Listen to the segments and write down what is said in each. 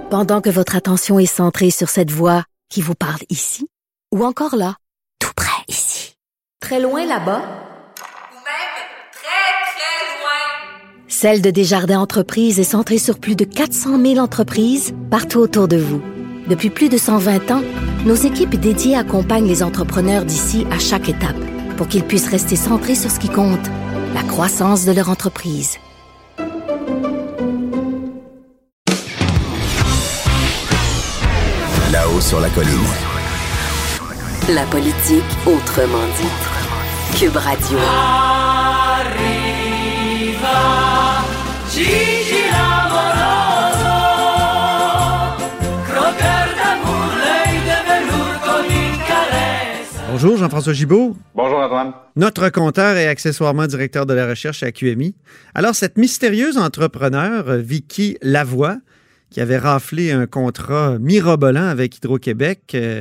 Pendant que votre attention est centrée sur cette voix qui vous parle ici, ou encore là, tout près ici, très loin là-bas, ou même très, très loin. Celle de Desjardins Entreprises est centrée sur plus de 400 000 entreprises partout autour de vous. Depuis plus de 120 ans, nos équipes dédiées accompagnent les entrepreneurs d'ici à chaque étape pour qu'ils puissent rester centrés sur ce qui compte, la croissance de leur entreprise. Là-haut sur la colline. La politique autrement dit. Cube Radio. Arriva Gigi l'amoroso, croqueur d'amour, l'œil de velours comme une caresse. Bonjour Jean-François Gibault. Bonjour Antoine. Notre compteur et accessoirement directeur de la recherche à QMI. Alors, cette mystérieuse entrepreneure, Vicky Lavoie, qui avait raflé un contrat mirobolant avec Hydro-Québec,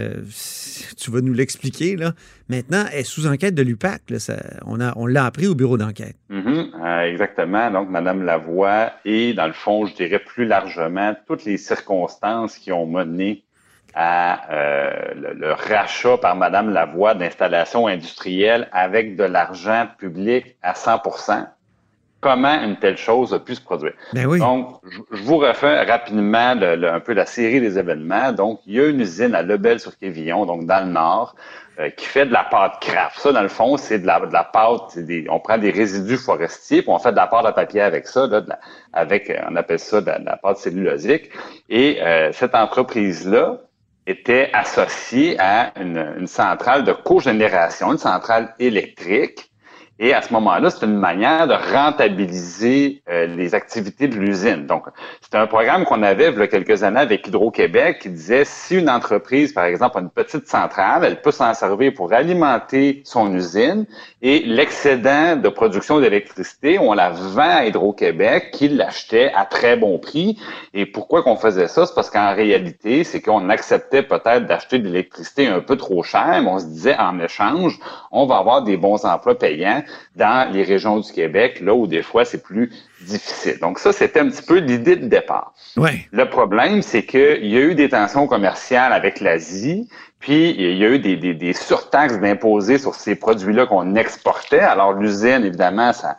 tu vas nous l'expliquer, là. Maintenant, elle est sous enquête de l'UPAC. Là, on l'a appris au bureau d'enquête. Exactement. Donc, Mme Lavoie et, dans le fond, je dirais plus largement, toutes les circonstances qui ont mené à le rachat par Mme Lavoie d'installations industrielles avec de l'argent public à 100%. Comment une telle chose a pu se produire. Ben oui. Donc, je vous refais rapidement un peu la série des événements. Donc, il y a une usine à Lebel-sur-Quévillon, donc dans le Nord, qui fait de la pâte Kraft. Ça, dans le fond, c'est de la pâte, on prend des résidus forestiers, puis on fait de la pâte à papier avec ça, là, on appelle ça de la pâte cellulosique. Et cette entreprise-là était associée à une centrale de cogénération, une centrale électrique. Et à ce moment-là, c'est une manière de rentabiliser les activités de l'usine. Donc, c'était un programme qu'on avait il y a quelques années avec Hydro-Québec qui disait si une entreprise, par exemple, a une petite centrale, elle peut s'en servir pour alimenter son usine et l'excédent de production d'électricité, on la vend à Hydro-Québec qui l'achetait à très bon prix. Et pourquoi qu'on faisait ça? C'est parce qu'en réalité, c'est qu'on acceptait peut-être d'acheter de l'électricité un peu trop cher, mais on se disait en échange, on va avoir des bons emplois payants dans les régions du Québec, là où des fois c'est plus difficile. Donc ça, c'était un petit peu l'idée de départ. Ouais. Le problème, c'est qu'il y a eu des tensions commerciales avec l'Asie, puis il y a eu des surtaxes d'imposer sur ces produits-là qu'on exportait. Alors l'usine, évidemment, ça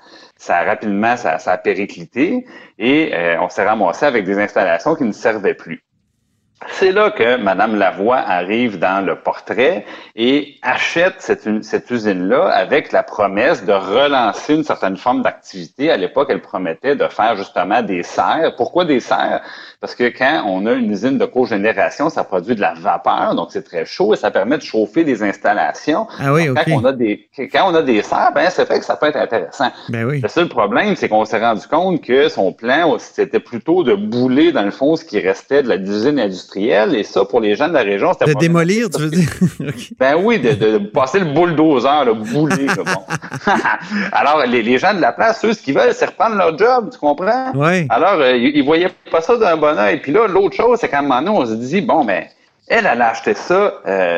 a périclité et on s'est ramassé avec des installations qui ne servaient plus. C'est là que Mme Lavoie arrive dans le portrait et achète cette usine-là avec la promesse de relancer une certaine forme d'activité. À l'époque, elle promettait de faire justement des serres. Pourquoi des serres? Parce que quand on a une usine de cogénération, ça produit de la vapeur, donc c'est très chaud et ça permet de chauffer des installations. Ah oui, donc, OK. Quand on a des serres, c'est fait que ça peut être intéressant. Ben oui. Le seul problème, c'est qu'on s'est rendu compte que son plan, c'était plutôt de bouler, dans le fond, ce qui restait de l'usine industrielle. Et ça, pour les gens de la région, c'était... De démolir, tu veux dire? Okay. Ben oui, de passer le bulldozer, le bouler. Là, bon. Alors, les gens de la place, eux, ce qu'ils veulent, c'est reprendre leur job, tu comprends? Oui. Alors, ils voyaient pas ça d'un bon œil. Puis là, l'autre chose, c'est qu'à un moment donné, on se dit, bon, ben, elle a acheté ça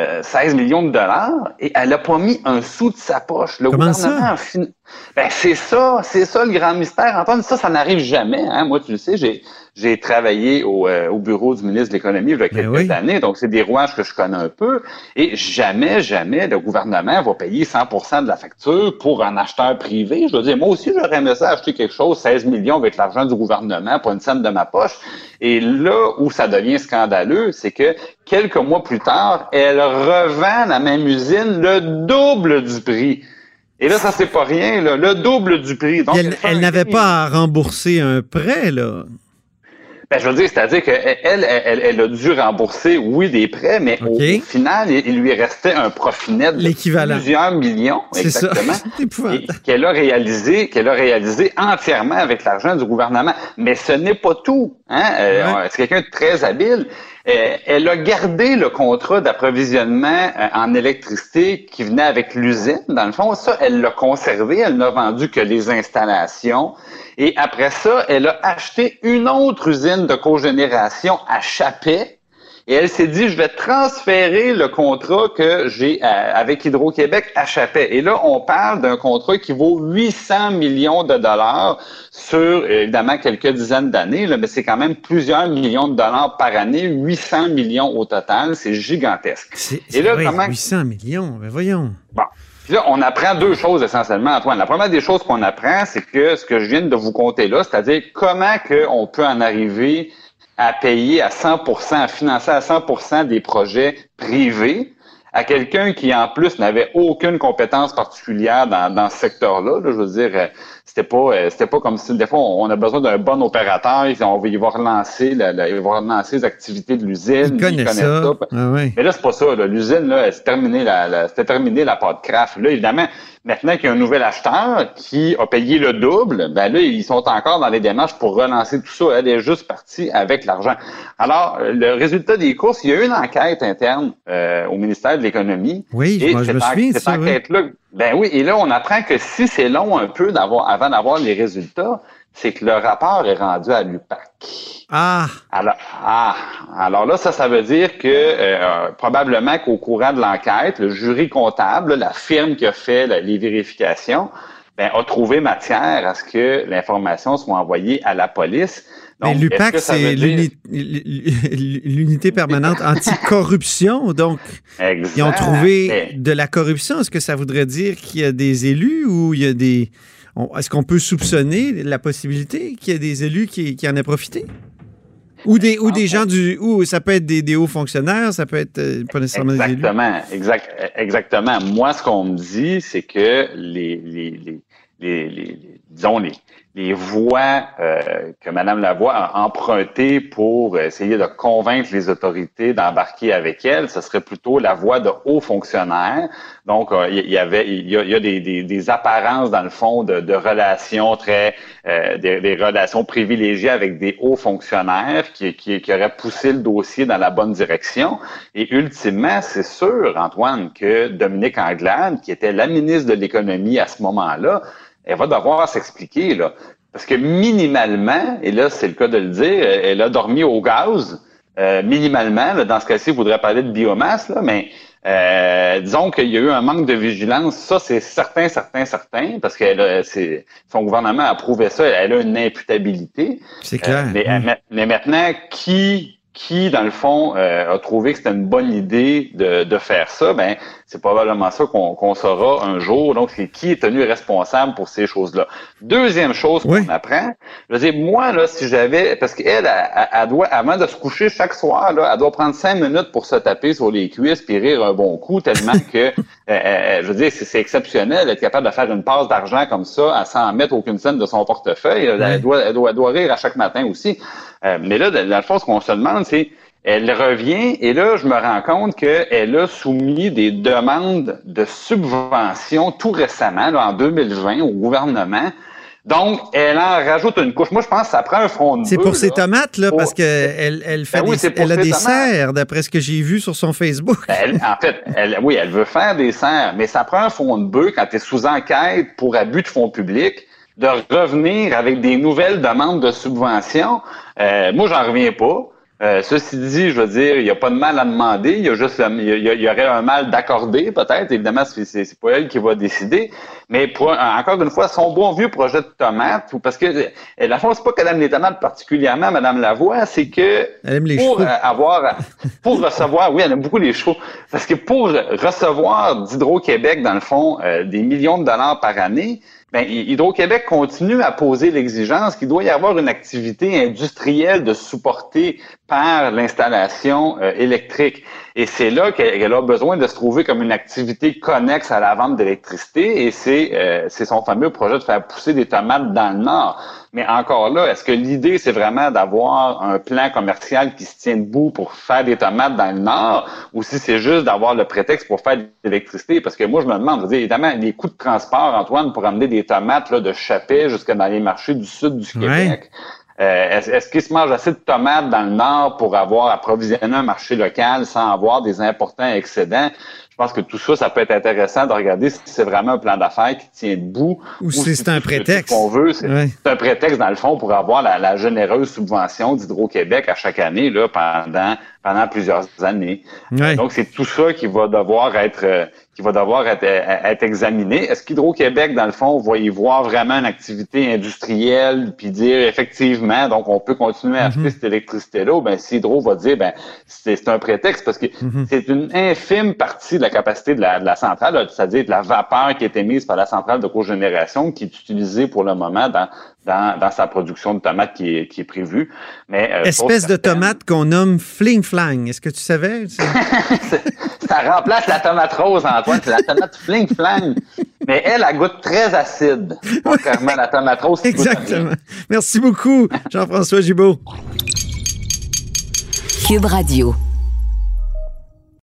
16 millions de dollars et elle a pas mis un sou de sa poche. Le Comment gouvernement ça? Ben, c'est ça le grand mystère. Antoine, ça n'arrive jamais. Hein? Moi, tu le sais, j'ai travaillé au bureau du ministre de l'Économie il y a quelques années, donc c'est des rouages que je connais un peu. Et jamais le gouvernement va payer 100% de la facture pour un acheteur privé. Je veux dire, moi aussi, j'aurais aimé ça acheter quelque chose, 16 millions avec l'argent du gouvernement, pas une scène de ma poche. Et là où ça devient scandaleux, c'est que quelques mois plus tard, elle revend la même usine le double du prix. Et là, ça, c'est pas rien, là, le double du prix. Donc, elle n'avait pas à rembourser un prêt, là. Ben, je veux dire, c'est-à-dire qu'elle a dû rembourser, oui, des prêts, mais au final, il lui restait un profit net de plusieurs millions. C'est exactement. Ça. C'est épouvantable. Qu'elle a réalisé entièrement avec l'argent du gouvernement. Mais ce n'est pas tout. Hein? C'est quelqu'un de très habile. Elle a gardé le contrat d'approvisionnement en électricité qui venait avec l'usine. Dans le fond, ça, elle l'a conservé. Elle n'a vendu que les installations. Et après ça, elle a acheté une autre usine de cogénération à Chapais. Et elle s'est dit, je vais transférer le contrat que j'ai avec Hydro-Québec à Chappais. Et là, on parle d'un contrat qui vaut 800 millions de dollars sur, évidemment, quelques dizaines d'années, là, mais c'est quand même plusieurs millions de dollars par année, 800 millions au total, c'est gigantesque. Et là, 800 millions, mais voyons. Bon. Puis là, on apprend deux choses essentiellement, Antoine. La première des choses qu'on apprend, c'est que ce que je viens de vous conter là, c'est-à-dire comment on peut en arriver à payer à 100%, à financer à 100% des projets privés à quelqu'un qui, en plus, n'avait aucune compétence particulière dans ce secteur-là. Là, je veux dire, c'était pas comme si, des fois, on a besoin d'un bon opérateur, il va relancer les activités de l'usine. Il connaît ça. Ah ouais. Mais là, c'est pas ça. Là. L'usine, là, c'était terminé la pâte craft. Là, évidemment, maintenant qu'il y a un nouvel acheteur qui a payé le double, ben là, ils sont encore dans les démarches pour relancer tout ça. Elle est juste partie avec l'argent. Alors, le résultat des courses, il y a eu une enquête interne au ministère de l'Économie. Oui, moi, je me souviens de ça. Cette enquête-là, ben oui, et là, on apprend que si c'est long un peu avant d'avoir les résultats, c'est que le rapport est rendu à l'UPAC. Alors là, ça veut dire que probablement qu'au courant de l'enquête, le jury comptable, la firme qui a fait les vérifications, a trouvé matière à ce que l'information soit envoyée à la police. Donc, mais l'UPAC, c'est l'unité permanente anticorruption. Donc, exact. Ils ont trouvé de la corruption. Est-ce que ça voudrait dire qu'il y a des élus ou il y a des... Est-ce qu'on peut soupçonner la possibilité qu'il y ait des élus qui en aient profité? Ou des gens ou ça peut être des hauts fonctionnaires, ça peut être pas nécessairement des élus. Exactement. Moi, ce qu'on me dit, c'est que les voies que Mme Lavoie a empruntées pour essayer de convaincre les autorités d'embarquer avec elle, ce serait plutôt la voie de hauts fonctionnaires. Donc, il y a des apparences, dans le fond, de relations des relations privilégiées avec des hauts fonctionnaires qui auraient poussé le dossier dans la bonne direction. Et ultimement, c'est sûr, Antoine, que Dominique Anglade, qui était la ministre de l'Économie à ce moment-là, elle va devoir s'expliquer, là. Parce que minimalement, et là, c'est le cas de le dire, elle a dormi au gaz. Minimalement, là, dans ce cas-ci, il faudrait parler de biomasse, là, mais disons qu'il y a eu un manque de vigilance. Ça, c'est certain, parce que son gouvernement a prouvé ça. Elle a une imputabilité. C'est clair. Mais maintenant, qui, dans le fond, a trouvé que c'était une bonne idée de faire ça, c'est probablement ça qu'on saura un jour. Donc, c'est qui est tenu responsable pour ces choses-là. Deuxième chose qu'on apprend, je veux dire, moi, là, si j'avais... Parce qu'elle, elle doit, avant de se coucher chaque soir, là, elle doit prendre 5 minutes pour se taper sur les cuisses puis rire un bon coup, tellement que, je veux dire, c'est exceptionnel d'être capable de faire une passe d'argent comme ça, sans mettre aucune scène de son portefeuille. Elle doit rire à chaque matin aussi. Mais là, dans le fond, ce qu'on se demande, c'est... Elle revient et là, je me rends compte qu'elle a soumis des demandes de subvention tout récemment, là, en 2020, au gouvernement. Donc, elle en rajoute une couche. Moi, je pense que ça prend un front de bœuf. C'est pour ses tomates, là, parce qu'elle elle a des serres, d'après ce que j'ai vu sur son Facebook. Elle veut faire des serres, mais ça prend un front de bœuf quand tu es sous enquête pour abus de fonds publics, de revenir avec des nouvelles demandes de subvention. Moi, j'en reviens pas. Ceci dit, je veux dire, il n'y a pas de mal à demander, il y a juste, il y aurait un mal d'accorder, peut-être. Évidemment, c'est pas elle qui va décider. Mais encore une fois, son bon vieux projet de tomates, parce que la fois, c'est pas qu'elle aime les tomates particulièrement, Mme Lavoie, c'est que pour recevoir, oui, elle aime beaucoup les chevaux, parce que pour recevoir d'Hydro-Québec, dans le fond, des millions de dollars par année, Hydro-Québec continue à poser l'exigence qu'il doit y avoir une activité industrielle de supporter par l'installation électrique. Et c'est là qu'elle a besoin de se trouver comme une activité connexe à la vente d'électricité, et c'est son fameux projet de faire pousser des tomates dans le Nord. Mais encore là, est-ce que l'idée, c'est vraiment d'avoir un plan commercial qui se tient debout pour faire des tomates dans le Nord, ou si c'est juste d'avoir le prétexte pour faire de l'électricité? Parce que moi, je me demande, je veux dire, évidemment, les coûts de transport, Antoine, pour amener des tomates là, de Chappais jusqu'à dans les marchés du sud du Québec, Est-ce qu'il se mange assez de tomates dans le Nord pour avoir approvisionné un marché local sans avoir des importants excédents? Je pense que tout ça, ça peut être intéressant de regarder si c'est vraiment un plan d'affaires qui tient debout. Ou si c'est un prétexte. Ce qu'on veut, c'est un prétexte, dans le fond, pour avoir la généreuse subvention d'Hydro-Québec à chaque année là, pendant plusieurs années. Ouais. Donc, c'est tout ça qui va devoir être examiné. Est-ce qu'Hydro-Québec, dans le fond, va y voir vraiment une activité industrielle puis dire effectivement, donc on peut continuer à acheter cette électricité-là, ou bien si Hydro va dire, ben c'est un prétexte parce que c'est une infime partie de la capacité de la centrale, là, c'est-à-dire de la vapeur qui est émise par la centrale de cogénération qui est utilisée pour le moment dans sa production de tomates qui est prévue. Mais espèce de tomate qu'on nomme fling-flang. Est-ce que tu savais? Ça remplace la tomate rose, Antoine. C'est la tomate fling-flang. Mais elle goûte très acide. Contrairement à la tomate rose. Exactement. Merci beaucoup, Jean-François Gibault. Cube Radio.